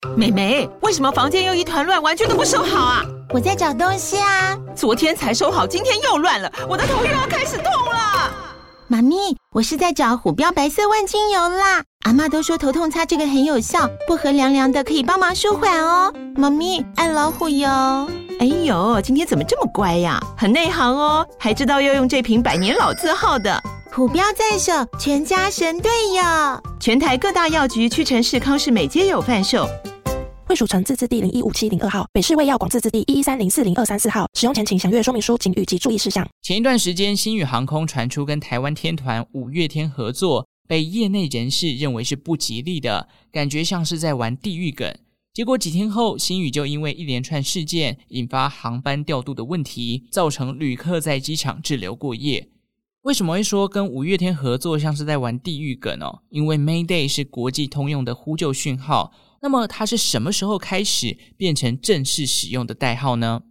妹妹，为什么房间又一团乱，完全都不收好啊？ 我在找东西啊。 昨天才收好，今天又乱了，我的头又要开始痛了。 妈咪，我是在找虎标白色万金油啦。阿嬷都说头痛擦这个很有效，薄荷凉凉的，可以帮忙舒缓哦。妈咪，爱老虎油。 哎呦，今天怎么这么乖呀？很内行哦，还知道要用这瓶百年老字号的。 虎标在手，全家神队友。 全台各大药局、屈臣氏、康士美皆有贩售。 惠蜀城自治地015702号，北市卫药广自治地113040234号。使用前请详阅说明书警语及注意事项。 前一段时间，星宇航空传出跟台湾天团五月天合作，被业内人士认为是不吉利的，感觉像是在玩地狱梗。结果几天后，星宇就因为一连串事件引发航班调度的问题，造成旅客在机场滞留过夜。为什么会说跟五月天合作像是在玩地狱梗哦？因为 Mayday 是国际通用的呼救讯号，那么它是什么时候开始变成正式使用的代号呢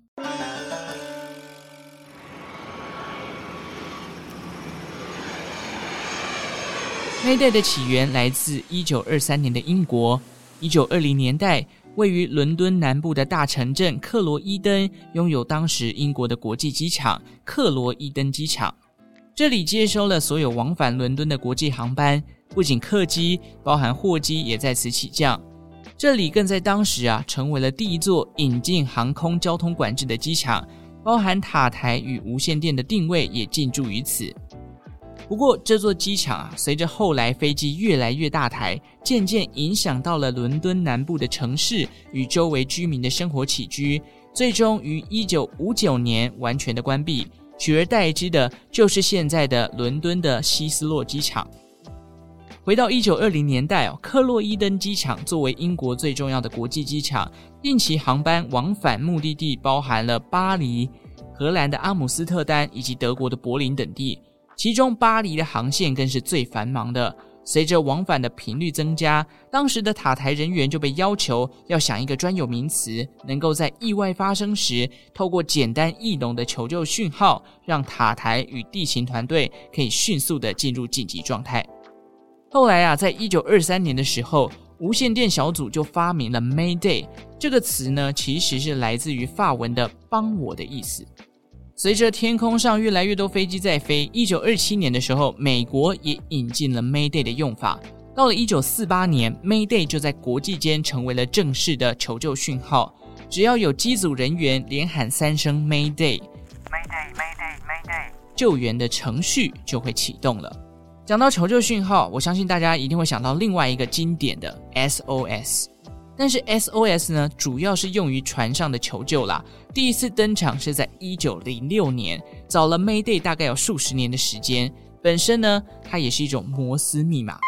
？Mayday 的起源来自1923年的英国。1920年代，位于伦敦南部的大城镇克罗伊登拥有当时英国的国际机场克罗伊登机场，这里接收了所有往返伦敦的国际航班，不仅客机，包含货机也在此起降。这里更在当时成为了第一座引进航空交通管制的机场，包含塔台与无线电的定位也进驻于此。不过这座机场随着后来飞机越来越大台，渐渐影响到了伦敦南部的城市与周围居民的生活起居，最终于1959年完全的关闭，取而代之的就是现在的伦敦的希斯洛机场。回到1920年代，克洛伊登机场作为英国最重要的国际机场，定期航班往返目的地包含了巴黎、荷兰的阿姆斯特丹以及德国的柏林等地，其中巴黎的航线更是最繁忙的。随着往返的频率增加，当时的塔台人员就被要求要想一个专有名词，能够在意外发生时透过简单易懂的求救讯号，让塔台与地勤团队可以迅速的进入紧急状态。后来在1923年的时候，无线电小组就发明了 Mayday 这个词呢，其实是来自于法文的帮我的意思。随着天空上越来越多飞机在飞，1927年的时候，美国也引进了 Mayday 的用法。到了1948年， Mayday 就在国际间成为了正式的求救讯号，只要有机组人员连喊3声 Mayday， Mayday Mayday Mayday， 救援的程序就会启动了。讲到求救讯号，我相信大家一定会想到另外一个经典的 SOS， 但是 SOS 呢，主要是用于船上的求救啦。第一次登场是在1906年，早了 Mayday 大概有数十年的时间。本身呢，它也是一种摩斯密码。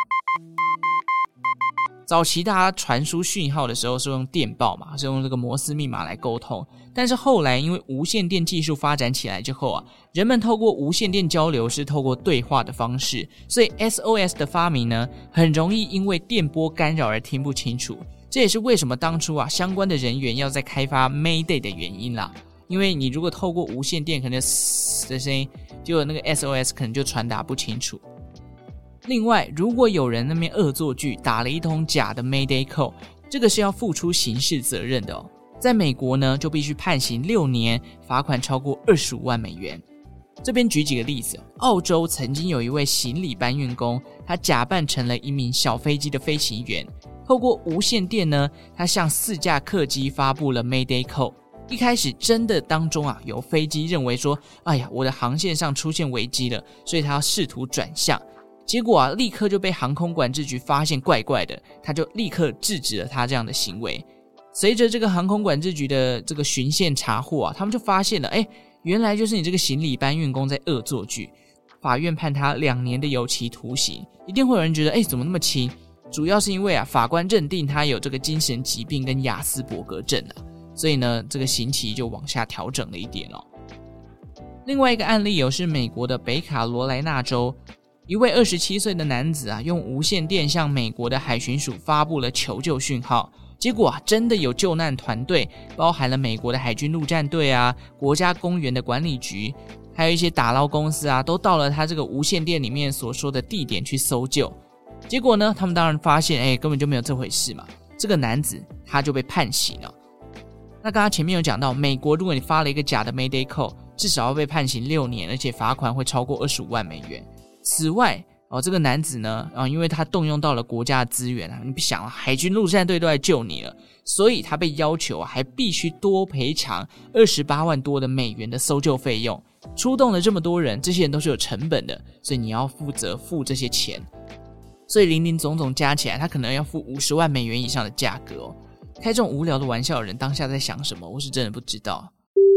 早期大家传输讯号的时候是用电报嘛，是用这个摩斯密码来沟通。但是后来因为无线电技术发展起来之后人们透过无线电交流是透过对话的方式，所以 SOS 的发明呢，很容易因为电波干扰而听不清楚。这也是为什么当初相关的人员要在开发 Mayday 的原因啦。因为你如果透过无线电可能嘶的声音，结果那个 SOS 可能就传达不清楚。另外，如果有人那边恶作剧打了一通假的 Mayday call， 这个是要付出刑事责任的在美国呢，就必须判刑6年，罚款超过25万美元。这边举几个例子，澳洲曾经有一位行李搬运工，他假扮成了一名小飞机的飞行员，透过无线电呢，他向4架客机发布了 Mayday call。一开始真的当中有飞机认为说，哎呀，我的航线上出现危机了，所以他要试图转向。结果立刻就被航空管制局发现怪怪的，他就立刻制止了他这样的行为。随着这个航空管制局的这个巡线查获他们就发现了，原来就是你这个行李搬运工在恶作剧。法院判他2年的有期徒刑。一定会有人觉得，怎么那么轻？主要是因为法官认定他有这个精神疾病跟亚斯伯格症所以呢，这个刑期就往下调整了一点另外一个案例是美国的北卡罗来纳州，一位27岁的男子用无线电向美国的海巡署发布了求救讯号，结果真的有救难团队，包含了美国的海军陆战队国家公园的管理局，还有一些打捞公司都到了他这个无线电里面所说的地点去搜救。结果呢，他们当然发现根本就没有这回事嘛。 这个男子他就被判刑了。那刚刚前面有讲到，美国如果你发了一个假的 Mayday Call， 至少要被判刑6年，而且罚款会超过25万美元。此外这个男子呢因为他动用到了国家的资源你不想海军陆战队都来救你了，所以他被要求还必须多赔偿28万多的美元的搜救费用。出动了这么多人，这些人都是有成本的，所以你要负责付这些钱，所以林林总总加起来他可能要付50万美元以上的价格开这种无聊的玩笑的人当下在想什么，我是真的不知道。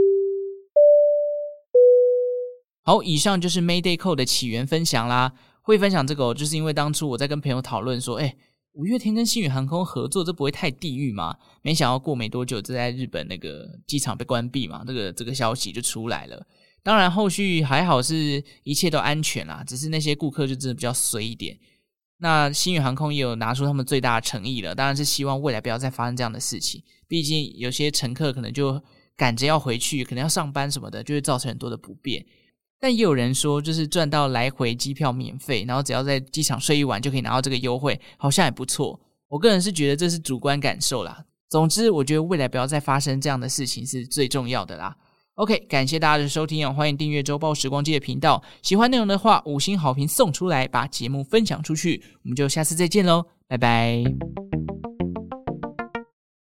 好，以上就是 Mayday Call 的起源分享啦。会分享这个就是因为当初我在跟朋友讨论说五月天跟星宇航空合作，这不会太地狱吗？没想到过没多久，这在日本那个机场被关闭嘛，这个消息就出来了。当然后续还好是一切都安全啦，只是那些顾客就真的比较衰一点。那星宇航空也有拿出他们最大的诚意了，当然是希望未来不要再发生这样的事情，毕竟有些乘客可能就赶着要回去，可能要上班什么的，就会造成很多的不便。但也有人说就是赚到来回机票免费，然后只要在机场睡一晚就可以拿到这个优惠，好像也不错。我个人是觉得这是主观感受啦，总之我觉得未来不要再发生这样的事情是最重要的啦。OK， 感谢大家的收听欢迎订阅周报时光机的频道，喜欢内容的话5星好评送出来，把节目分享出去，我们就下次再见咯，拜拜。